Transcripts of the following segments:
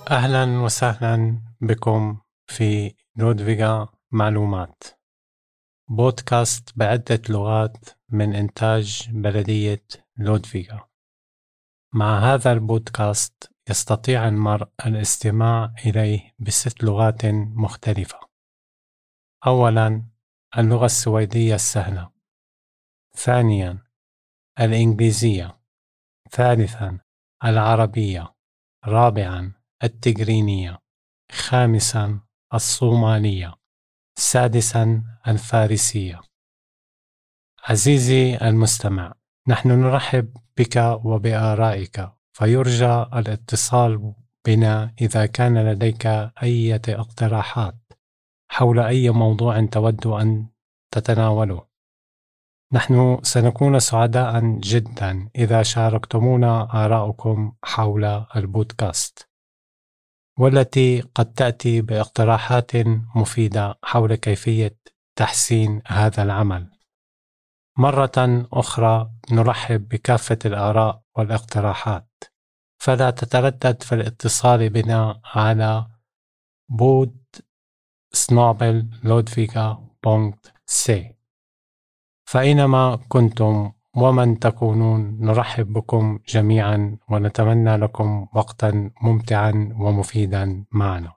أهلا وسهلا بكم في لودفيغا معلومات، بودكاست بعدة لغات من إنتاج بلدية لودفيغا. مع هذا البودكاست يستطيع المرء الاستماع إليه ب6 لغات مختلفة. أولا، اللغة السويدية السهلة. ثانيا، الإنجليزية. ثالثا، العربية. رابعا، التجرينية. خامسا، الصومالية. سادسا، الفارسية. عزيزي المستمع، نحن نرحب بك وبآرائك، فيرجى الاتصال بنا إذا كان لديك أي اقتراحات حول أي موضوع تود أن تتناوله. نحن سنكون سعداء جدا إذا شاركتمونا آراءكم حول البودكاست، والتي قد تأتي باقتراحات مفيدة حول كيفية تحسين هذا العمل. مرة أخرى نرحب بكافة الآراء والاقتراحات، فلا تتردد في الاتصال بنا على بود@lodviga.se. فأينما كنتم ومن تكونون نرحب بكم جميعا ونتمنى لكم وقتا ممتعا ومفيدا معنا.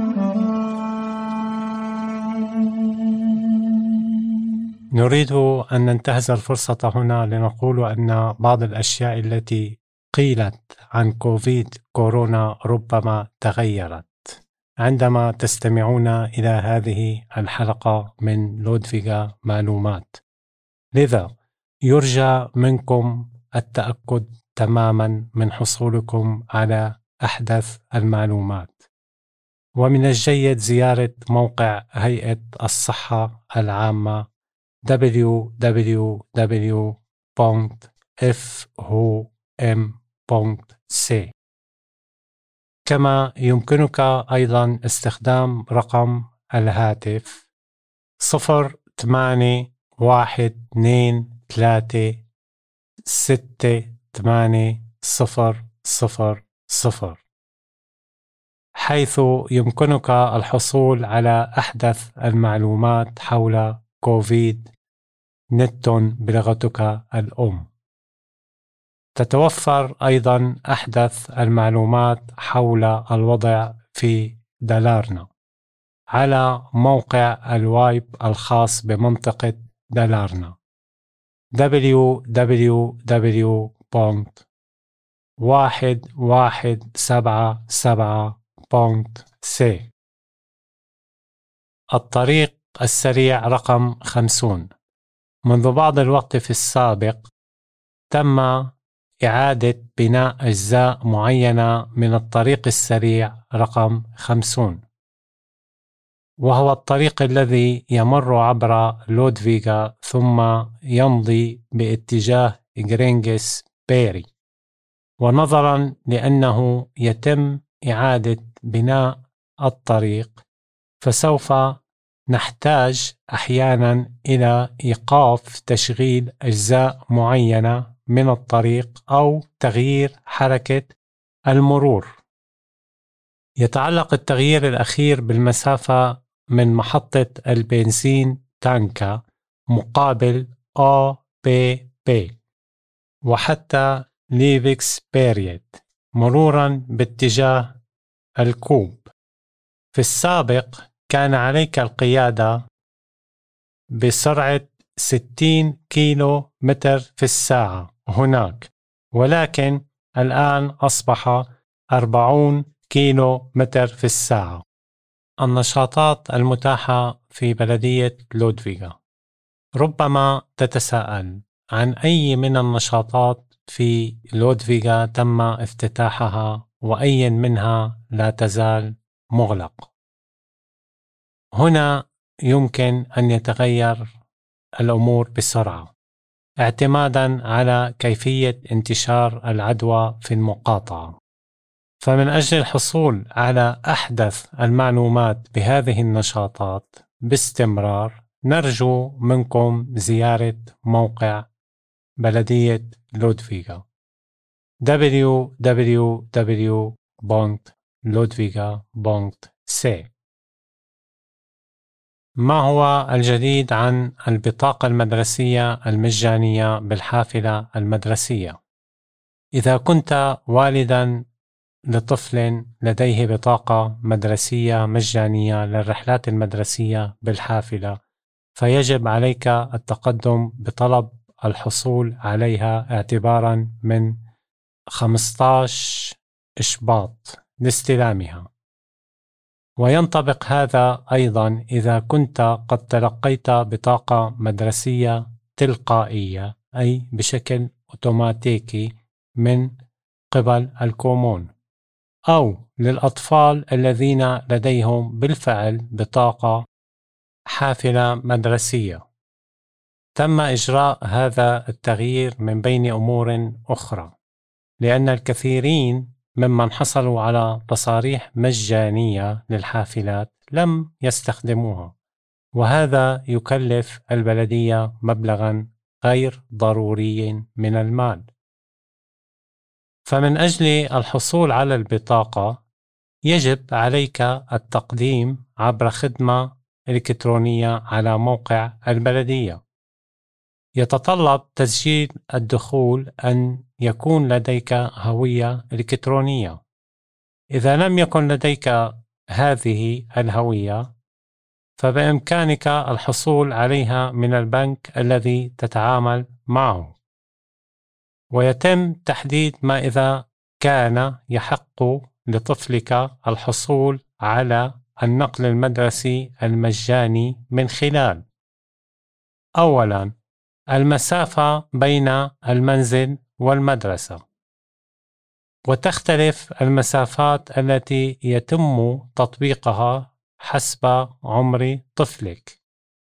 نريد أن ننتهز الفرصة هنا لنقول أن بعض الأشياء التي قيلت عن كورونا ربما تغيرت عندما تستمعون إلى هذه الحلقة من لودفيغا معلومات. لذا يرجى منكم التأكد تماما من حصولكم على أحدث المعلومات، ومن الجيد زيارة موقع هيئة الصحة العامة www.fhom.se. كما يمكنك أيضا استخدام رقم الهاتف 0812368000، حيث يمكنك الحصول على أحدث المعلومات حول كوفيد نت بلغتك الأم. تتوفر أيضا أحدث المعلومات حول الوضع في دلارنا على موقع الوايب الخاص بمنطقة دلارنا www.1177.se. الطريق السريع رقم 50. منذ بعض الوقت في السابق تم إعادة بناء أجزاء معينة من الطريق السريع رقم 50، وهو الطريق الذي يمر عبر لودفيغا ثم يمضي باتجاه غرينغس بيري. ونظرا لأنه يتم إعادة بناء الطريق، فسوف نحتاج أحيانا إلى إيقاف تشغيل أجزاء معينة من الطريق أو تغيير حركة المرور. يتعلق التغيير الأخير بالمسافة من محطة البنزين تانكا مقابل ABB وحتى ليفيكس بيريت مرورا باتجاه الكوب. في السابق كان عليك القيادة بسرعة 60 كيلو متر في الساعة هناك، ولكن الآن أصبح 40 كيلو متر في الساعة. النشاطات المتاحة في بلدية لودفيغا. ربما تتساءل عن أي من النشاطات في لودفيغا تم افتتاحها وأي منها لا تزال مغلق. هنا يمكن أن يتغير الأمور بسرعة اعتمادا على كيفية انتشار العدوى في المقاطعة. فمن أجل الحصول على أحدث المعلومات بهذه النشاطات باستمرار، نرجو منكم زيارة موقع بلدية لودفيغا www.fhom.se. لودفيغا بونت سي. ما هو الجديد عن البطاقة المدرسية المجانية بالحافلة المدرسية؟ إذا كنت والداً لطفل لديه بطاقة مدرسية مجانية للرحلات المدرسية بالحافلة، فيجب عليك التقدم بطلب الحصول عليها اعتباراً من 15 إشباط لاستلامها. وينطبق هذا أيضاً إذا كنت قد تلقيت بطاقة مدرسية تلقائية، أي بشكل أوتوماتيكي من قبل الكومون، أو للأطفال الذين لديهم بالفعل بطاقة حافلة مدرسية. تم إجراء هذا التغيير من بين أمور أخرى، لأن الكثيرين ممن حصلوا على تصاريح مجانية للحافلات لم يستخدموها، وهذا يكلف البلدية مبلغاً غير ضروري من المال. فمن أجل الحصول على البطاقة يجب عليك التقديم عبر خدمة إلكترونية على موقع البلدية. يتطلب تسجيل الدخول أن يكون لديك هوية إلكترونية. إذا لم يكن لديك هذه الهوية، فبإمكانك الحصول عليها من البنك الذي تتعامل معه، ويتم تحديد ما إذا كان يحق لطفلك الحصول على النقل المدرسي المجاني من خلال: أولاً، المسافة بين المنزل والمدرسة، وتختلف المسافات التي يتم تطبيقها حسب عمر طفلك.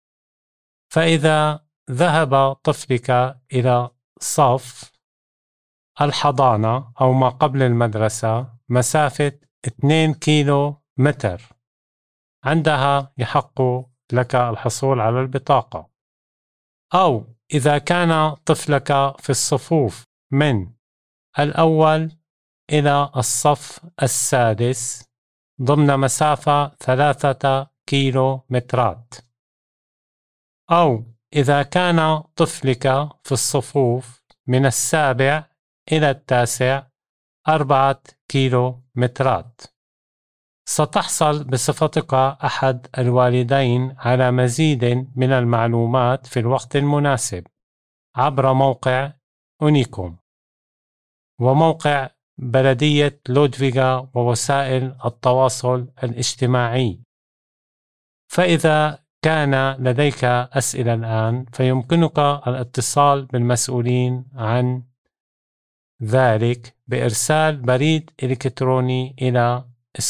فإذا ذهب طفلك إلى صف الحضانة أو ما قبل المدرسة مسافة 2 كيلو متر، عندها يحق لك الحصول على البطاقة. أو إذا كان طفلك في الصفوف من الأول إلى الصف السادس ضمن مسافة 3 كيلو مترات، أو إذا كان طفلك في الصفوف من السابع إلى التاسع 4 كيلو مترات، ستحصل بصفتك أحد الوالدين على مزيد من المعلومات في الوقت المناسب عبر موقع أونيكوم وموقع بلدية لودفيغا ووسائل التواصل الاجتماعي. فإذا كان لديك أسئلة الآن، فيمكنك الاتصال بالمسؤولين عن ذلك بإرسال بريد إلكتروني إلى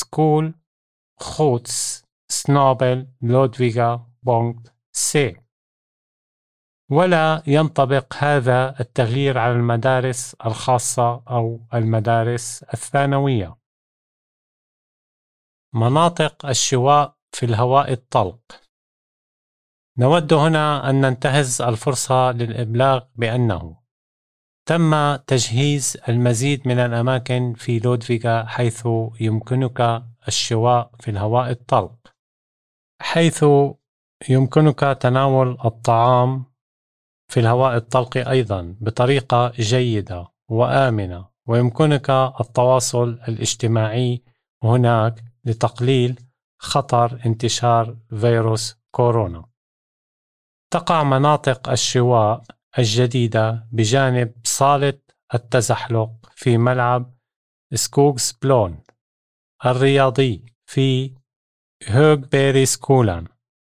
school@lodviga.se. ولا ينطبق هذا التغيير على المدارس الخاصة أو المدارس الثانوية. مناطق الشواء في الهواء الطلق. نود هنا أن ننتهز الفرصة للإبلاغ بأنه تم تجهيز المزيد من الأماكن في لودفيغا حيث يمكنك الشواء في الهواء الطلق، حيث يمكنك تناول الطعام في الهواء الطلق أيضا بطريقة جيدة وآمنة، ويمكنك التواصل الاجتماعي هناك لتقليل خطر انتشار فيروس كورونا. تقع مناطق الشواء الجديدة بجانب صالة التزحلق في ملعب سكوغز بلون الرياضي في هوغبيري سكولان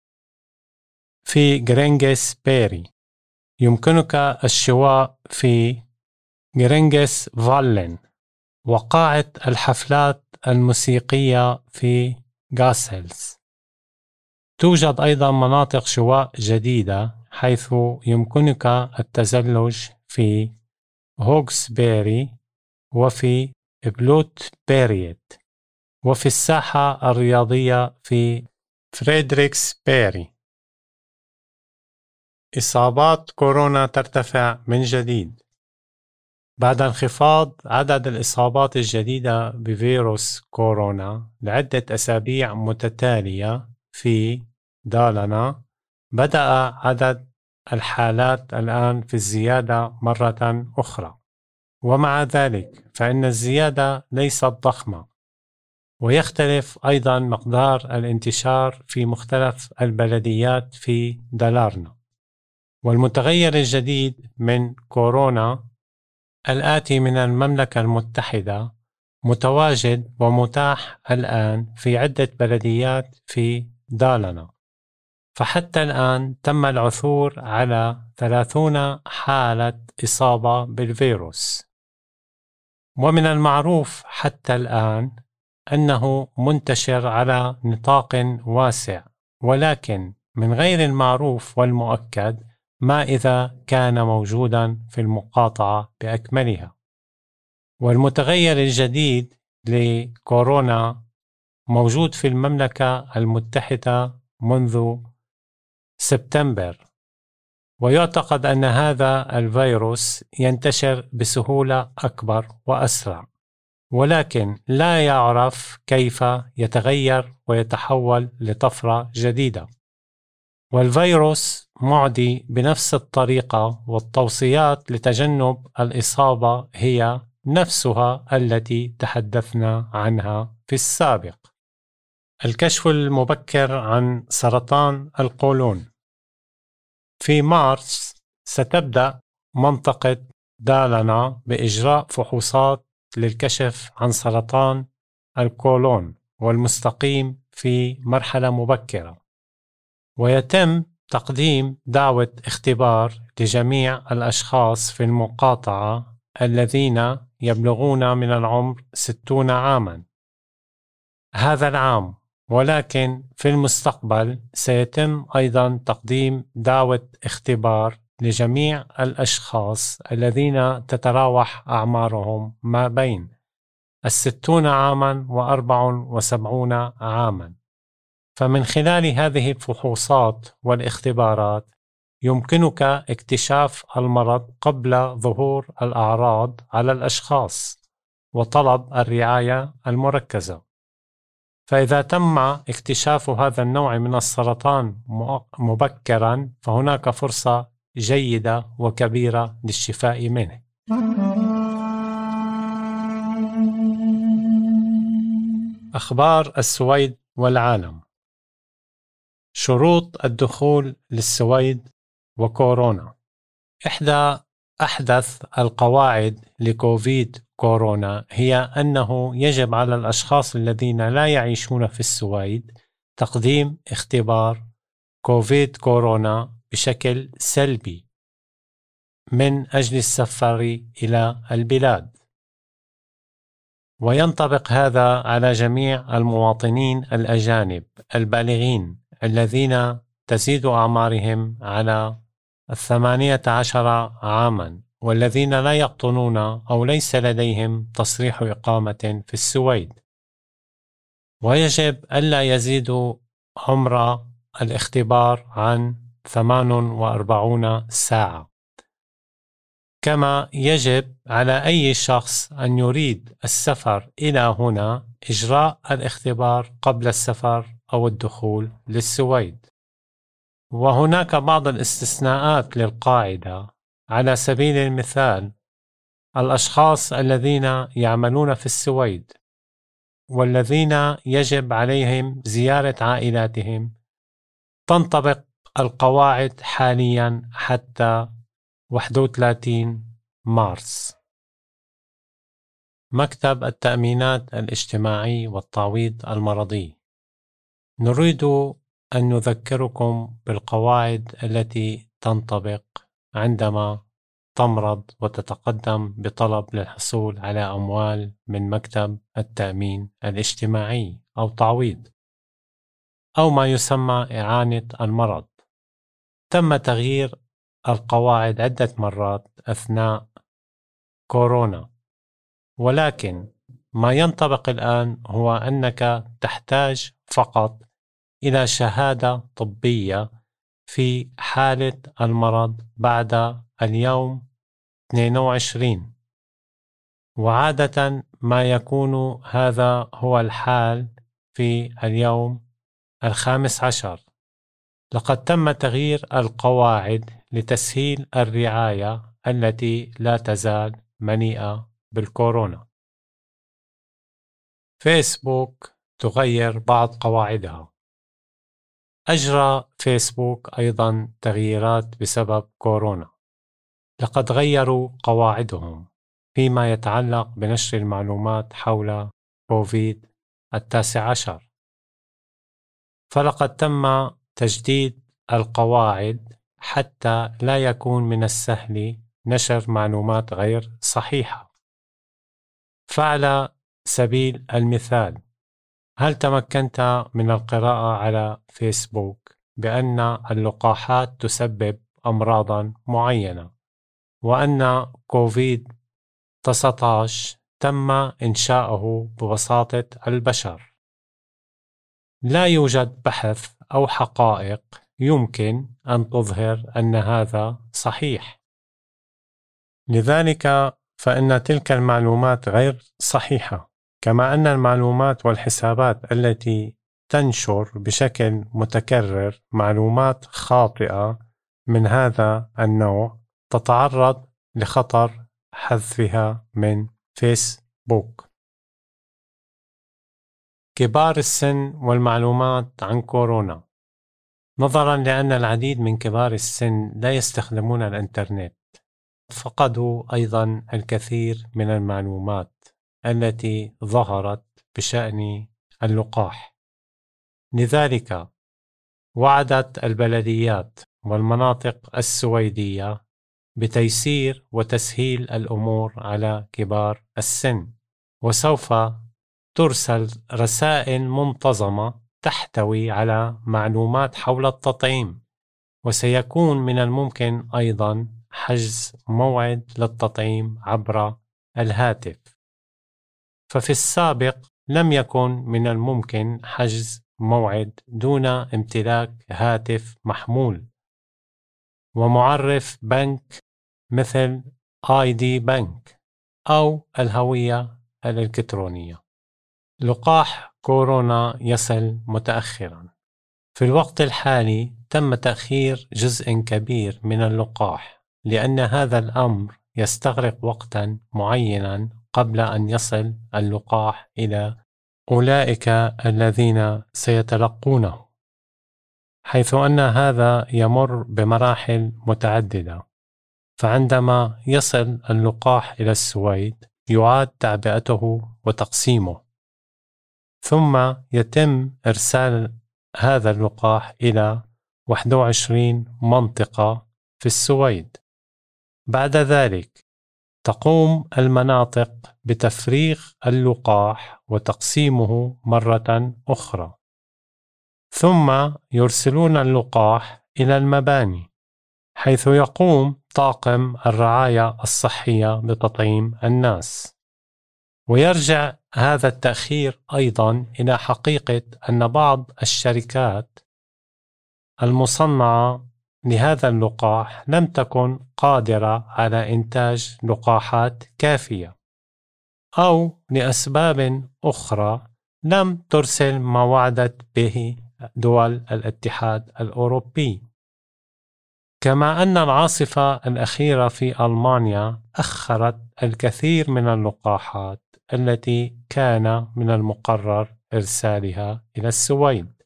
في غرينغس بيري. يمكنك الشواء في غرينغس فالن وقاعة الحفلات الموسيقية في غاسهلز. توجد أيضا مناطق شواء جديدة حيث يمكنك التزلج في هوغسبيري وفي بلوت بيريت وفي الساحة الرياضية في فريدريكس بيري. إصابات كورونا ترتفع من جديد. بعد انخفاض عدد الإصابات الجديدة بفيروس كورونا لعدة أسابيع متتالية في دالنا، بدأ عدد الحالات الآن في الزيادة مرة أخرى، ومع ذلك فإن الزيادة ليست ضخمة، ويختلف أيضا مقدار الانتشار في مختلف البلديات في دالارنا. والمتغير الجديد من كورونا الآتي من المملكة المتحدة متواجد ومتاح الآن في عدة بلديات في دالنا، فحتى الآن تم العثور على 30 حالة إصابة بالفيروس. ومن المعروف حتى الآن أنه منتشر على نطاق واسع، ولكن من غير المعروف والمؤكد ما إذا كان موجودا في المقاطعة بأكملها. والمتغير الجديد لكورونا موجود في المملكة المتحدة منذ سبتمبر، ويعتقد أن هذا الفيروس ينتشر بسهولة أكبر وأسرع، ولكن لا يعرف كيف يتغير ويتحول لطفرة جديدة. والفيروس معدي بنفس الطريقة، والتوصيات لتجنب الإصابة هي نفسها التي تحدثنا عنها في السابق. الكشف المبكر عن سرطان القولون. في مارس ستبدأ منطقة دالنا بإجراء فحوصات للكشف عن سرطان القولون والمستقيم في مرحلة مبكرة، ويتم تقديم دعوة اختبار لجميع الأشخاص في المقاطعة الذين يبلغون من العمر 60 عاما هذا العام، ولكن في المستقبل سيتم أيضا تقديم دعوة اختبار لجميع الأشخاص الذين تتراوح أعمارهم ما بين 60 عاما و74 عاما. فمن خلال هذه الفحوصات والاختبارات يمكنك اكتشاف المرض قبل ظهور الأعراض على الأشخاص وطلب الرعاية المركزة. فإذا تم اكتشاف هذا النوع من السرطان مبكرا فهناك فرصة جيدة وكبيرة للشفاء منه. أخبار السويد والعالم. شروط الدخول للسويد وكورونا. إحدى أحدث القواعد لكوفيد كورونا هي أنه يجب على الأشخاص الذين لا يعيشون في السويد تقديم اختبار كوفيد كورونا بشكل سلبي من أجل السفر إلى البلاد، وينطبق هذا على جميع المواطنين الأجانب البالغين الذين تزيد أعمارهم على 18 عاما، والذين لا يقطنون أو ليس لديهم تصريح إقامة في السويد، ويجب ألا يزيدوا عمر الاختبار عن 48 ساعة. كما يجب على أي شخص أن يريد السفر إلى هنا إجراء الاختبار قبل السفر أو الدخول للسويد. وهناك بعض الاستثناءات للقاعدة، على سبيل المثال الأشخاص الذين يعملون في السويد والذين يجب عليهم زيارة عائلاتهم تنطبق القواعد حاليا حتى 31 مارس. مكتب التأمينات الاجتماعي والتعويض المرضي. نريد أن نذكركم بالقواعد التي تنطبق عندما تمرض وتتقدم بطلب للحصول على أموال من مكتب التأمين الاجتماعي أو تعويض، أو ما يسمى إعانة المرض. تم تغيير القواعد عدة مرات أثناء كورونا، ولكن ما ينطبق الآن هو أنك تحتاج فقط إلى شهادة طبية في حالة المرض بعد اليوم 22 وعادة ما يكون هذا هو الحال في اليوم 15. لقد تم تغيير القواعد لتسهيل الرعاية التي لا تزال مليئة بالكورونا. فيسبوك تغير بعض قواعدها. أجرى فيسبوك أيضا تغييرات بسبب كورونا. لقد غيروا قواعدهم فيما يتعلق بنشر المعلومات حول كوفيد 19. فلقد تم تجديد القواعد حتى لا يكون من السهل نشر معلومات غير صحيحة. فعلى سبيل المثال، هل تمكنت من القراءة على فيسبوك بأن اللقاحات تسبب أمراضا معينة، وأن كوفيد-19 تم إنشاؤه بواسطة البشر؟ لا يوجد بحث أو حقائق يمكن أن تظهر أن هذا صحيح. لذلك فإن تلك المعلومات غير صحيحة، كما أن المعلومات والحسابات التي تنشر بشكل متكرر معلومات خاطئة من هذا النوع تتعرض لخطر حذفها من فيسبوك. كبار السن والمعلومات عن كورونا. نظرا لأن العديد من كبار السن لا يستخدمون الإنترنت، فقدوا أيضا الكثير من المعلومات التي ظهرت بشأن اللقاح. لذلك وعدت البلديات والمناطق السويدية بتيسير وتسهيل الأمور على كبار السن، وسوف ترسل رسائل منتظمة تحتوي على معلومات حول التطعيم، وسيكون من الممكن أيضا حجز موعد للتطعيم عبر الهاتف. ففي السابق لم يكن من الممكن حجز موعد دون امتلاك هاتف محمول ومعرف بنك مثل ID بنك أو الهوية الإلكترونية. لقاح كورونا يصل متأخرا. في الوقت الحالي تم تأخير جزء كبير من اللقاح، لأن هذا الأمر يستغرق وقتا معينا قبل أن يصل اللقاح إلى أولئك الذين سيتلقونه، حيث أن هذا يمر بمراحل متعددة. فعندما يصل اللقاح إلى السويد يعاد تعبئته وتقسيمه، ثم يتم إرسال هذا اللقاح إلى 21 منطقة في السويد. بعد ذلك تقوم المناطق بتفريغ اللقاح وتقسيمه مرة أخرى، ثم يرسلون اللقاح إلى المباني، حيث يقوم طاقم الرعاية الصحية بتطعيم الناس. ويرجع هذا التأخير أيضا إلى حقيقة أن بعض الشركات المصنعة لهذا اللقاح لم تكن قادرة على إنتاج لقاحات كافية، أو لأسباب أخرى لم ترسل ما وعدت به دول الاتحاد الأوروبي. كما أن العاصفة الأخيرة في ألمانيا أخرت الكثير من اللقاحات التي كان من المقرر إرسالها إلى السويد.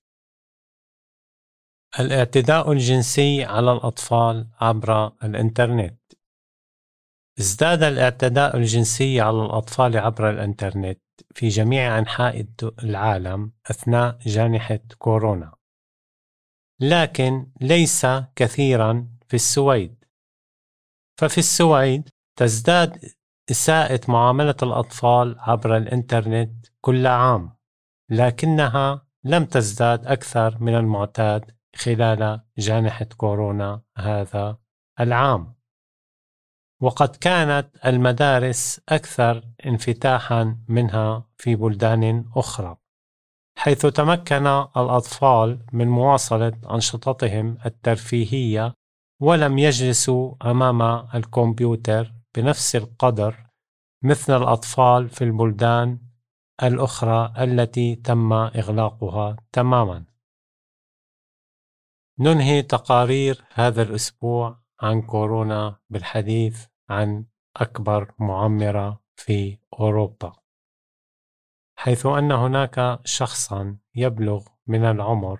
الاعتداء الجنسي على الأطفال عبر الإنترنت. ازداد الاعتداء الجنسي على الأطفال عبر الإنترنت في جميع أنحاء العالم أثناء جائحة كورونا، لكن ليس كثيرا في السويد. ففي السويد تزداد إساءة معاملة الأطفال عبر الإنترنت كل عام، لكنها لم تزداد أكثر من المعتاد خلال جائحة كورونا هذا العام. وقد كانت المدارس أكثر انفتاحا منها في بلدان أخرى، حيث تمكن الأطفال من مواصلة أنشطتهم الترفيهية ولم يجلسوا أمام الكمبيوتر بنفس القدر مثل الأطفال في البلدان الأخرى التي تم إغلاقها تماماً. ننهي تقارير هذا الأسبوع عن كورونا بالحديث عن أكبر معمرة في أوروبا، حيث أن هناك شخصاً يبلغ من العمر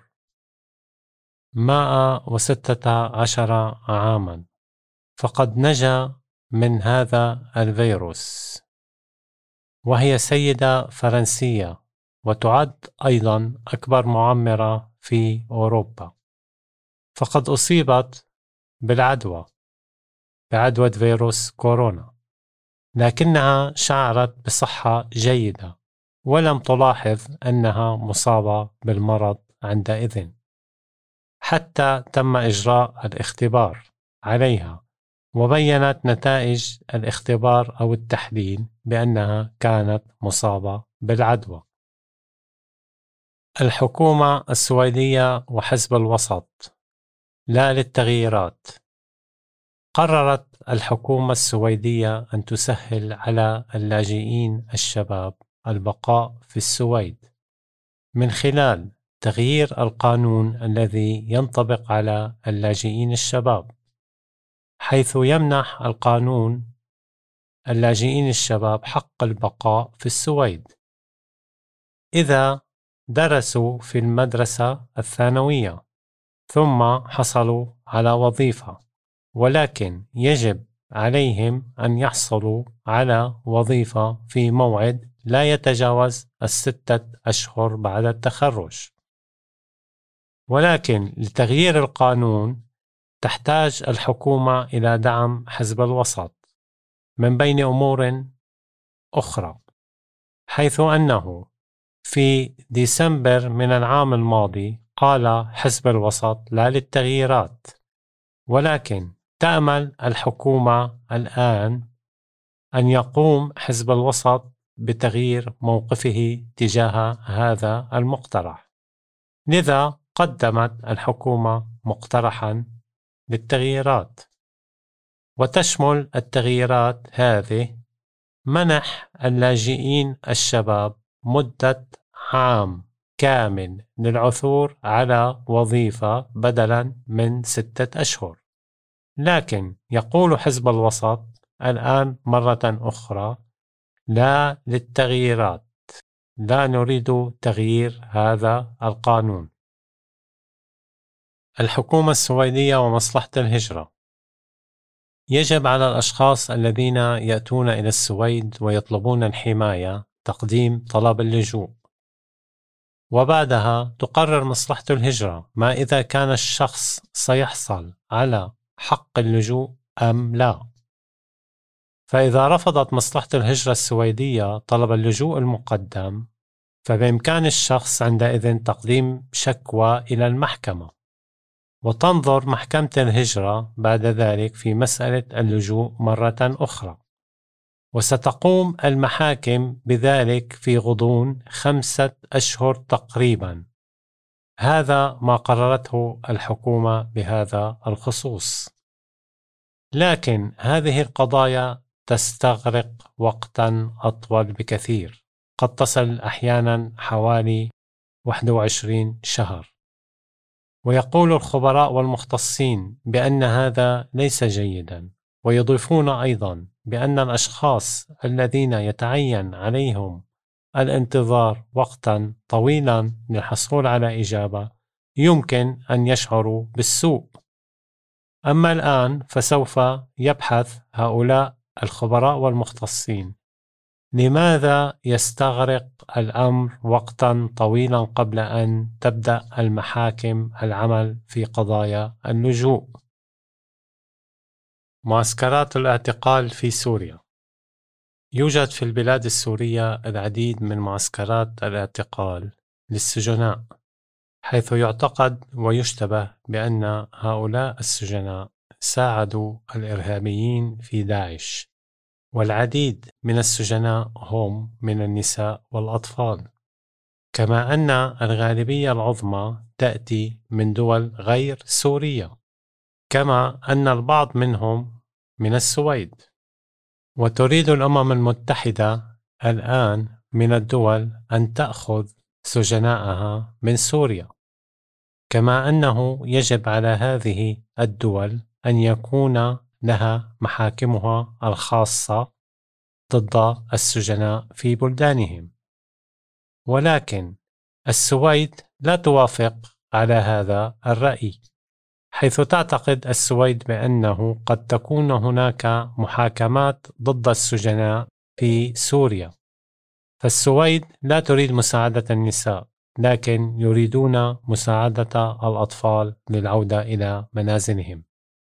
116 عاماً فقد نجا من هذا الفيروس، وهي سيدة فرنسية وتعد أيضاً أكبر معمرة في أوروبا، فقد أصيبت بعدوى فيروس كورونا، لكنها شعرت بصحة جيدة ولم تلاحظ أنها مصابة بالمرض عندئذ، حتى تم إجراء الاختبار عليها، وبينت نتائج الاختبار أو التحليل بأنها كانت مصابة بالعدوى. الحكومة السويدية وحزب الوسط لا للتغييرات. قررت الحكومة السويدية أن تسهل على اللاجئين الشباب البقاء في السويد من خلال تغيير القانون الذي ينطبق على اللاجئين الشباب، حيث يمنح القانون اللاجئين الشباب حق البقاء في السويد إذا درسوا في المدرسة الثانوية ثم حصلوا على وظيفة، ولكن يجب عليهم أن يحصلوا على وظيفة في موعد لا يتجاوز 6 أشهر بعد التخرج. ولكن لتغيير القانون تحتاج الحكومة إلى دعم حزب الوسط من بين أمور أخرى، حيث أنه في ديسمبر من العام الماضي قال حزب الوسط لا للتغييرات، ولكن تأمل الحكومة الآن أن يقوم حزب الوسط بتغيير موقفه تجاه هذا المقترح، لذا قدمت الحكومة مقترحا للتغييرات، وتشمل التغييرات هذه منح اللاجئين الشباب مدة عام كامل للعثور على وظيفة بدلا من 6 أشهر. لكن يقول حزب الوسط الآن مرة أخرى لا للتغييرات، لا نريد تغيير هذا القانون. الحكومة السويدية ومصلحة الهجرة. يجب على الأشخاص الذين يأتون إلى السويد ويطلبون الحماية تقديم طلب اللجوء، وبعدها تقرر مصلحة الهجرة ما إذا كان الشخص سيحصل على حق اللجوء أم لا. فإذا رفضت مصلحة الهجرة السويدية طلب اللجوء المقدم، فبإمكان الشخص عندئذ تقديم شكوى إلى المحكمة، وتنظر محكمة الهجرة بعد ذلك في مسألة اللجوء مرة أخرى، وستقوم المحاكم بذلك في غضون 5 أشهر تقريبا. هذا ما قررته الحكومة بهذا الخصوص، لكن هذه القضايا تستغرق وقتا أطول بكثير، قد تصل أحيانا حوالي 21 شهر. ويقول الخبراء والمختصين بأن هذا ليس جيدا، ويضيفون أيضا بأن الأشخاص الذين يتعين عليهم الانتظار وقتا طويلا للحصول على إجابة يمكن أن يشعروا بالسوء. أما الآن فسوف يبحث هؤلاء الخبراء والمختصين لماذا يستغرق الأمر وقتا طويلا قبل أن تبدأ المحاكم العمل في قضايا اللجوء. معسكرات الاعتقال في سوريا. يوجد في البلاد السورية العديد من معسكرات الاعتقال للسجناء، حيث يعتقد ويشتبه بأن هؤلاء السجناء ساعدوا الإرهابيين في داعش، والعديد من السجناء هم من النساء والأطفال، كما أن الغالبية العظمى تأتي من دول غير سورية، كما أن البعض منهم من السويد. وتريد الأمم المتحدة الآن من الدول أن تأخذ سجناءها من سوريا، كما أنه يجب على هذه الدول أن يكون لها محاكمها الخاصة ضد السجناء في بلدانهم. ولكن السويد لا توافق على هذا الرأي، حيث تعتقد السويد بأنه قد تكون هناك محاكمات ضد السجناء في سوريا. فالسويد لا تريد مساعدة النساء، لكن يريدون مساعدة الأطفال للعودة إلى منازلهم.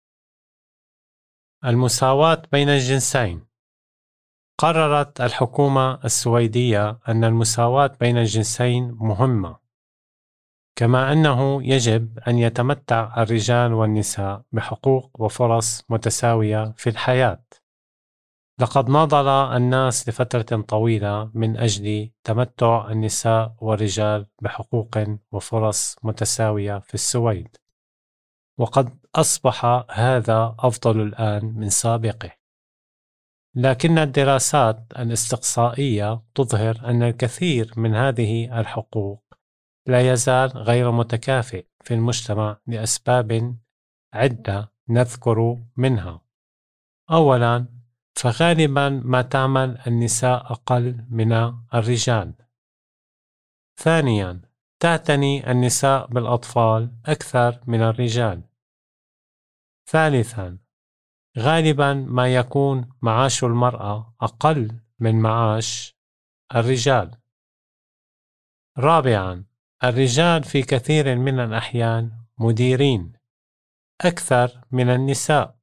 المساواة بين الجنسين. قررت الحكومة السويدية أن المساواة بين الجنسين مهمة، كما أنه يجب أن يتمتع الرجال والنساء بحقوق وفرص متساوية في الحياة. لقد ناضل الناس لفترة طويلة من أجل تمتع النساء والرجال بحقوق وفرص متساوية في السويد، وقد أصبح هذا أفضل الآن من سابقه. لكن الدراسات الاستقصائية تظهر أن الكثير من هذه الحقوق لا يزال غير متكافئ في المجتمع لأسباب عدة نذكر منها. أولاً، فغالباً ما تعمل النساء أقل من الرجال. ثانياً، تعتني النساء بالأطفال أكثر من الرجال. ثالثاً، غالباً ما يكون معاش المرأة أقل من معاش الرجال. رابعاً، الرجال في كثير من الأحيان مديرين أكثر من النساء.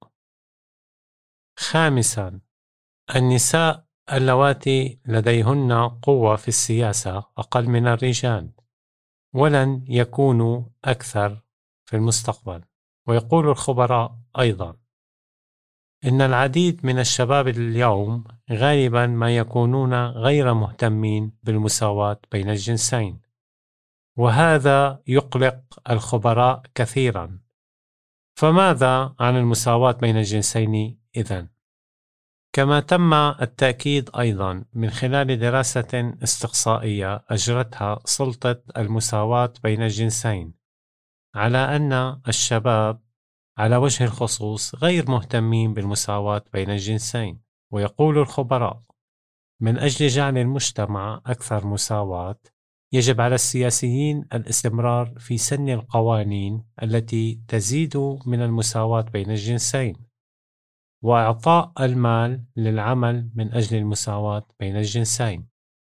خامساً، النساء اللواتي لديهن قوة في السياسة أقل من الرجال، ولن يكونوا أكثر في المستقبل. ويقول الخبراء أيضاً إن العديد من الشباب اليوم غالباً ما يكونون غير مهتمين بالمساواة بين الجنسين، وهذا يقلق الخبراء كثيراً. فماذا عن المساواة بين الجنسين إذن؟ كما تم التأكيد أيضاً من خلال دراسة استقصائية أجرتها سلطة المساواة بين الجنسين على أن الشباب على وجه الخصوص غير مهتمين بالمساواة بين الجنسين. ويقول الخبراء من أجل جعل المجتمع أكثر مساواة يجب على السياسيين الاستمرار في سن القوانين التي تزيد من المساواة بين الجنسين، وإعطاء المال للعمل من أجل المساواة بين الجنسين.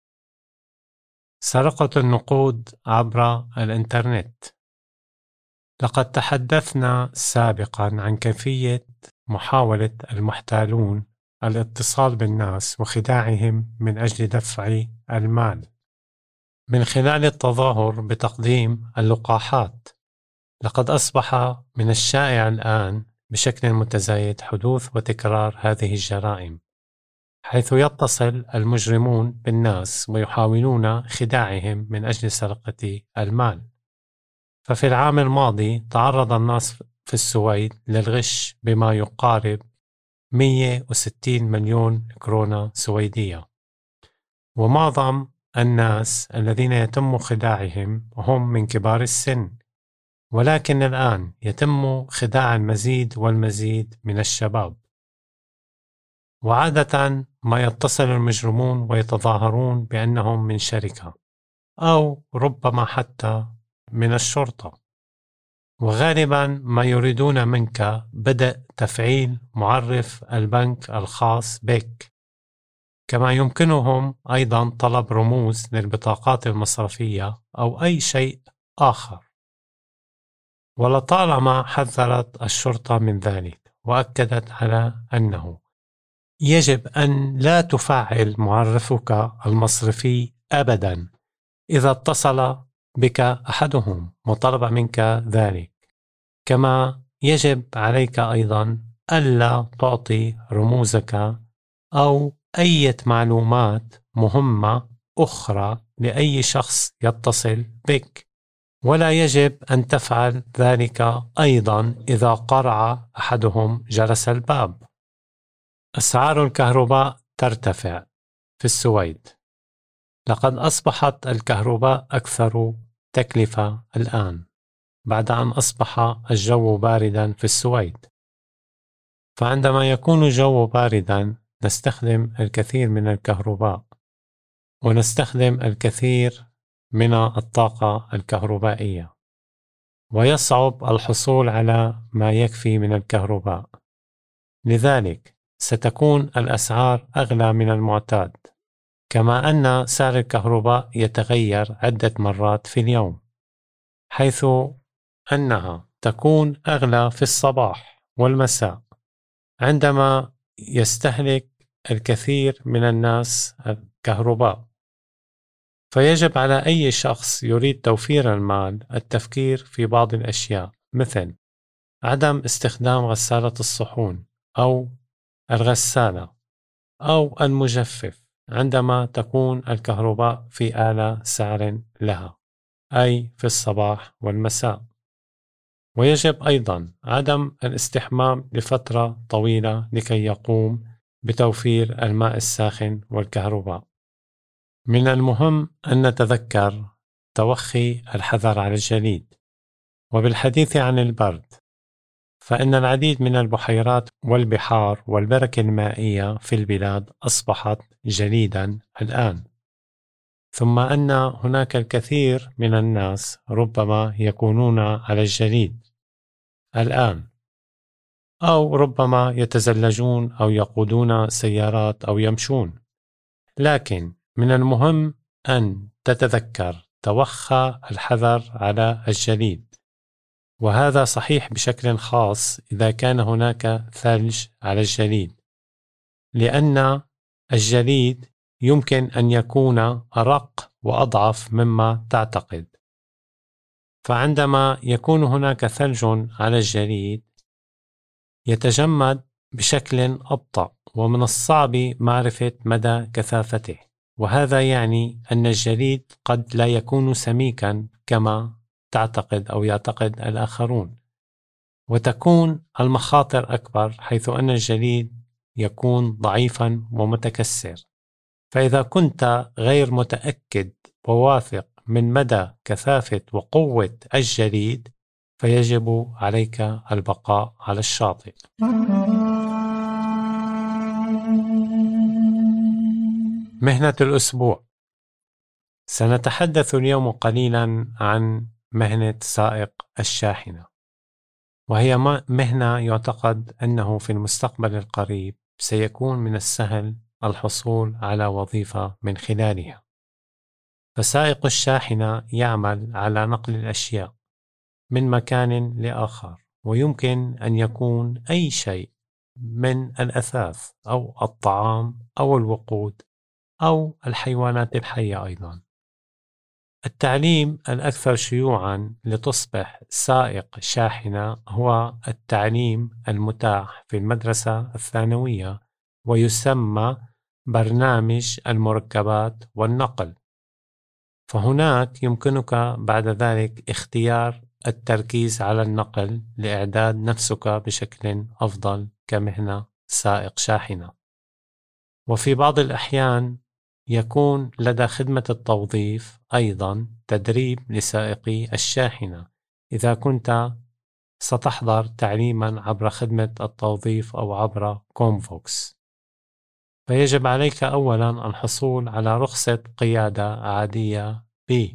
سرقة النقود عبر الإنترنت. لقد تحدثنا سابقاً عن كيفية محاولة المحتالون الاتصال بالناس وخداعهم من أجل دفع المال من خلال التظاهر بتقديم اللقاحات. لقد أصبح من الشائع الآن بشكل متزايد حدوث وتكرار هذه الجرائم، حيث يتصل المجرمون بالناس ويحاولون خداعهم من أجل سرقة المال. ففي العام الماضي تعرض الناس في السويد للغش بما يقارب 160 مليون كرونة سويدية، ومعظم الناس الذين يتم خداعهم هم من كبار السن، ولكن الآن يتم خداع المزيد والمزيد من الشباب. وعادة ما يتصل المجرمون ويتظاهرون بأنهم من شركة أو ربما حتى من الشرطة، وغالبا ما يريدون منك بدء تفعيل معرف البنك الخاص بك، كما يمكنهم أيضا طلب رموز للبطاقات المصرفية أو أي شيء آخر. ولطالما حذرت الشرطة من ذلك وأكدت على أنه يجب أن لا تفعل معرفك المصرفي أبدا إذا اتصل بك أحدهم وطلب منك ذلك. كما يجب عليك أيضا ألا تعطي رموزك أو أي معلومات مهمة أخرى لأي شخص يتصل بك، ولا يجب أن تفعل ذلك أيضا إذا قرع أحدهم جرس الباب. أسعار الكهرباء ترتفع في السويد. لقد أصبحت الكهرباء أكثر تكلفة الآن بعد أن أصبح الجو بارداً في السويد. فعندما يكون الجو بارداً نستخدم الكثير من الكهرباء ونستخدم الكثير من الطاقة الكهربائية، ويصعب الحصول على ما يكفي من الكهرباء. لذلك ستكون الأسعار أغلى من المعتاد، كما أن سعر الكهرباء يتغير عدة مرات في اليوم، حيث أنها تكون أغلى في الصباح والمساء عندما يستهلك الكثير من الناس الكهرباء. فيجب على أي شخص يريد توفير المال التفكير في بعض الأشياء، مثل عدم استخدام غسالة الصحون أو الغسالة أو المجفف عندما تكون الكهرباء في أعلى سعر لها، أي في الصباح والمساء. ويجب أيضا عدم الاستحمام لفترة طويلة لكي يقوم بتوفير الماء الساخن والكهرباء. من المهم أن نتذكر توخي الحذر على الجليد. وبالحديث عن البرد، فإن العديد من البحيرات والبحار والبركة المائية في البلاد أصبحت جليدا الآن، ثم أن هناك الكثير من الناس ربما يكونون على الجليد الآن، أو ربما يتزلجون أو يقودون سيارات أو يمشون. لكن من المهم أن تتذكر توخى الحذر على الجليد، وهذا صحيح بشكل خاص إذا كان هناك ثلج على الجليد، لأن الجليد يمكن أن يكون أرق وأضعف مما تعتقد. فعندما يكون هناك ثلج على الجليد يتجمد بشكل أبطأ، ومن الصعب معرفة مدى كثافته، وهذا يعني أن الجليد قد لا يكون سميكا كما تعتقد أو يعتقد الآخرون، وتكون المخاطر أكبر حيث أن الجليد يكون ضعيفا ومتكسر. فإذا كنت غير متأكد وواثق من مدى كثافة وقوة الجليد فيجب عليك البقاء على الشاطئ. مهنة الأسبوع. سنتحدث اليوم قليلا عن مهنة سائق الشاحنة، وهي مهنة يعتقد أنه في المستقبل القريب سيكون من السهل الحصول على وظيفة من خلالها. فسائق الشاحنة يعمل على نقل الأشياء من مكان لآخر، ويمكن أن يكون أي شيء من الأثاث أو الطعام أو الوقود أو الحيوانات الحية أيضا. التعليم الأكثر شيوعاً لتصبح سائق شاحنة هو التعليم المتاح في المدرسة الثانوية، ويسمى برنامج المركبات والنقل. فهناك يمكنك بعد ذلك اختيار التركيز على النقل لإعداد نفسك بشكل أفضل كمهنة سائق شاحنة. وفي بعض الأحيان يكون لدى خدمة التوظيف أيضا تدريب لسائقي الشاحنة إذا كنت ستحضر تعليما عبر خدمة التوظيف أو عبر كومفوكس. فيجب عليك أولا الحصول على رخصة قيادة عادية B،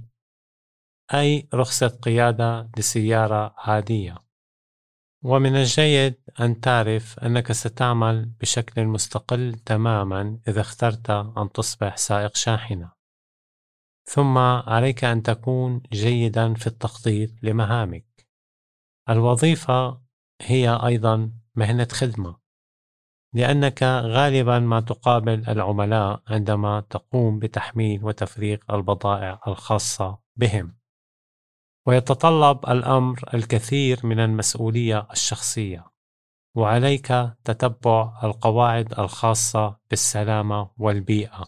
أي رخصة قيادة لسيارة عادية. ومن الجيد أن تعرف أنك ستعمل بشكل مستقل تماما إذا اخترت أن تصبح سائق شاحنة. ثم عليك أن تكون جيدا في التخطيط لمهامك. الوظيفة هي أيضا مهنة خدمة، لأنك غالبا ما تقابل العملاء عندما تقوم بتحميل وتفريغ البضائع الخاصة بهم، ويتطلب الأمر الكثير من المسؤولية الشخصية، وعليك تتبع القواعد الخاصة بالسلامة والبيئة.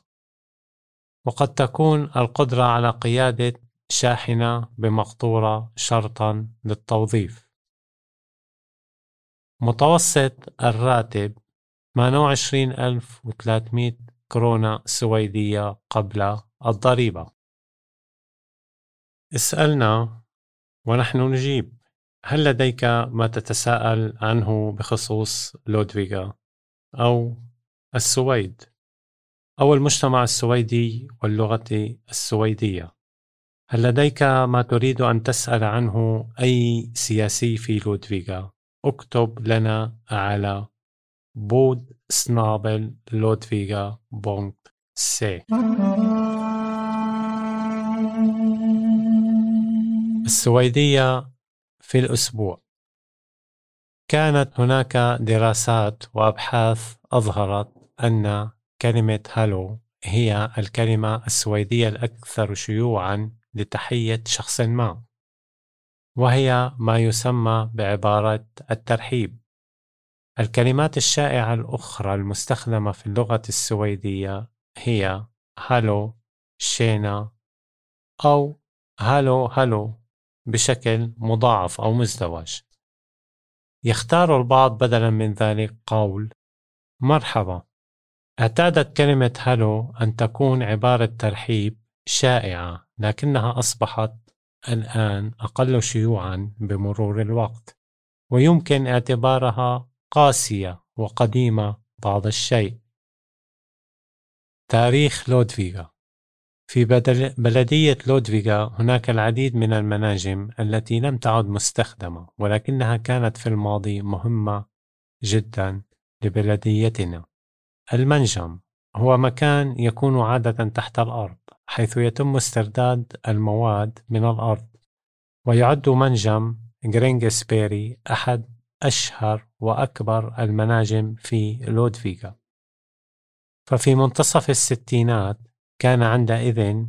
وقد تكون القدرة على قيادة شاحنة بمقطورة شرطا للتوظيف. متوسط الراتب 28,300 كورونا سويدية قبل الضريبة. اسألنا ونحن نجيب. هل لديك ما تتساءل عنه بخصوص لودفيغا أو السويد أو المجتمع السويدي واللغة السويدية؟ هل لديك ما تريد أن تسأل عنه أي سياسي في لودفيغا؟ اكتب لنا على bod@lodviga.se. السويدية في الأسبوع. كانت هناك دراسات وأبحاث أظهرت أن كلمة هالو هي الكلمة السويدية الأكثر شيوعاً لتحية شخص ما، وهي ما يسمى بعبارة الترحيب. الكلمات الشائعة الأخرى المستخدمة في اللغة السويدية هي هالو، شينا، أو هالو هالو بشكل مضاعف أو مزدوج. يختار البعض بدلاً من ذلك قول مرحبا. اعتادت كلمة هالو أن تكون عبارة ترحيب شائعة، لكنها أصبحت الآن أقل شيوعاً بمرور الوقت، ويمكن اعتبارها قاسية وقديمة بعض الشيء. تاريخ لودفيغا. في بلدية لودفيغا هناك العديد من المناجم التي لم تعد مستخدمة، ولكنها كانت في الماضي مهمة جدا لبلديتنا. المنجم هو مكان يكون عادة تحت الأرض، حيث يتم استرداد المواد من الأرض، ويعد منجم غرينغسبيري أحد أشهر وأكبر المناجم في لودفيغا. ففي منتصف الستينات كان عندئذ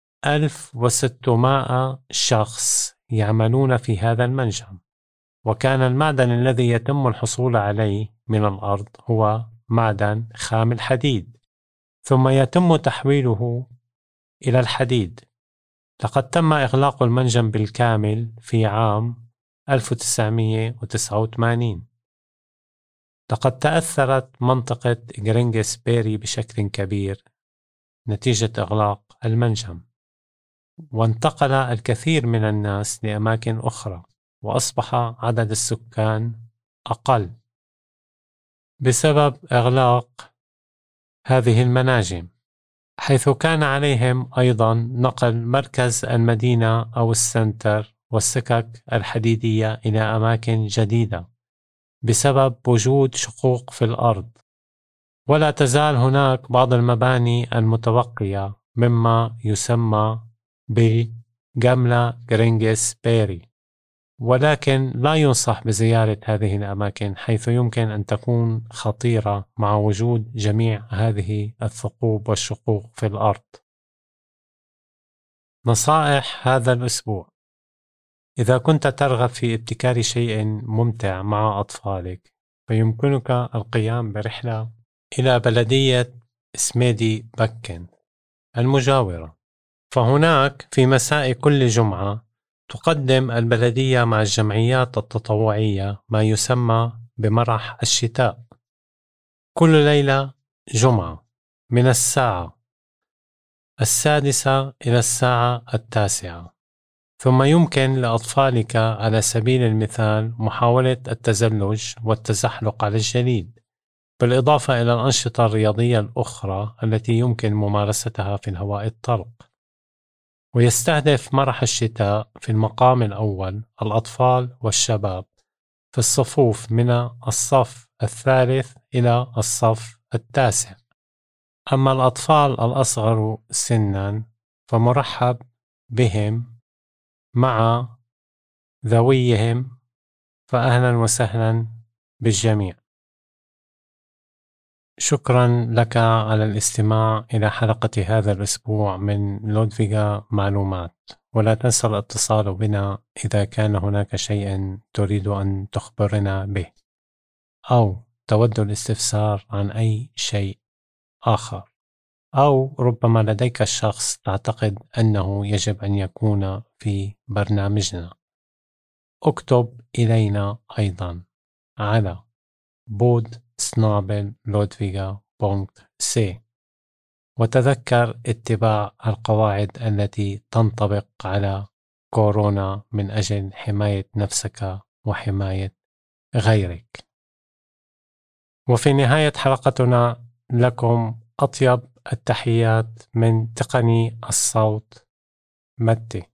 1600 شخص يعملون في هذا المنجم، وكان المعدن الذي يتم الحصول عليه من الأرض هو معدن خام الحديد، ثم يتم تحويله إلى الحديد. لقد تم إغلاق المنجم بالكامل في عام 1989. لقد تأثرت منطقة غرينغسبيري بشكل كبير نتيجة إغلاق المنجم، وانتقل الكثير من الناس لأماكن أخرى، وأصبح عدد السكان أقل بسبب إغلاق هذه المناجم، حيث كان عليهم أيضا نقل مركز المدينة أو السنتر والسكك الحديدية إلى أماكن جديدة بسبب وجود شقوق في الأرض. ولا تزال هناك بعض المباني المتبقية مما يسمى بجاملا غرينغسبيري، ولكن لا ينصح بزيارة هذه الأماكن، حيث يمكن أن تكون خطيرة مع وجود جميع هذه الثقوب والشقوق في الأرض. نصائح هذا الأسبوع. إذا كنت ترغب في ابتكار شيء ممتع مع أطفالك، فيمكنك القيام برحلة إلى بلدية سميدي بكن المجاورة، فهناك في مساء كل جمعة تقدم البلدية مع الجمعيات التطوعية ما يسمى بمرح الشتاء، كل ليلة جمعة من الساعة 6 إلى الساعة 9. ثم يمكن لأطفالك على سبيل المثال محاولة التزلج والتزحلق على الجليد، بالإضافة إلى الأنشطة الرياضية الأخرى التي يمكن ممارستها في الهواء الطلق. ويستهدف مرح الشتاء في المقام الأول الأطفال والشباب في الصفوف من الصف 3 إلى الصف 9. أما الأطفال الأصغر سناً فمرحب بهم مع ذويهم، فأهلاً وسهلاً بالجميع. شكراً لك على الاستماع إلى حلقة هذا الأسبوع من لودفيغا معلومات، ولا تنسى الاتصال بنا إذا كان هناك شيء تريد أن تخبرنا به أو تود الاستفسار عن أي شيء آخر، أو ربما لديك شخص تعتقد أنه يجب أن يكون في برنامجنا. اكتب إلينا أيضا على بود سنابل لودفيغا بونكت سي. وتذكر اتباع القواعد التي تنطبق على كورونا من أجل حماية نفسك وحماية غيرك. وفي نهاية حلقتنا لكم أطيب التحيات من تقني الصوت متي.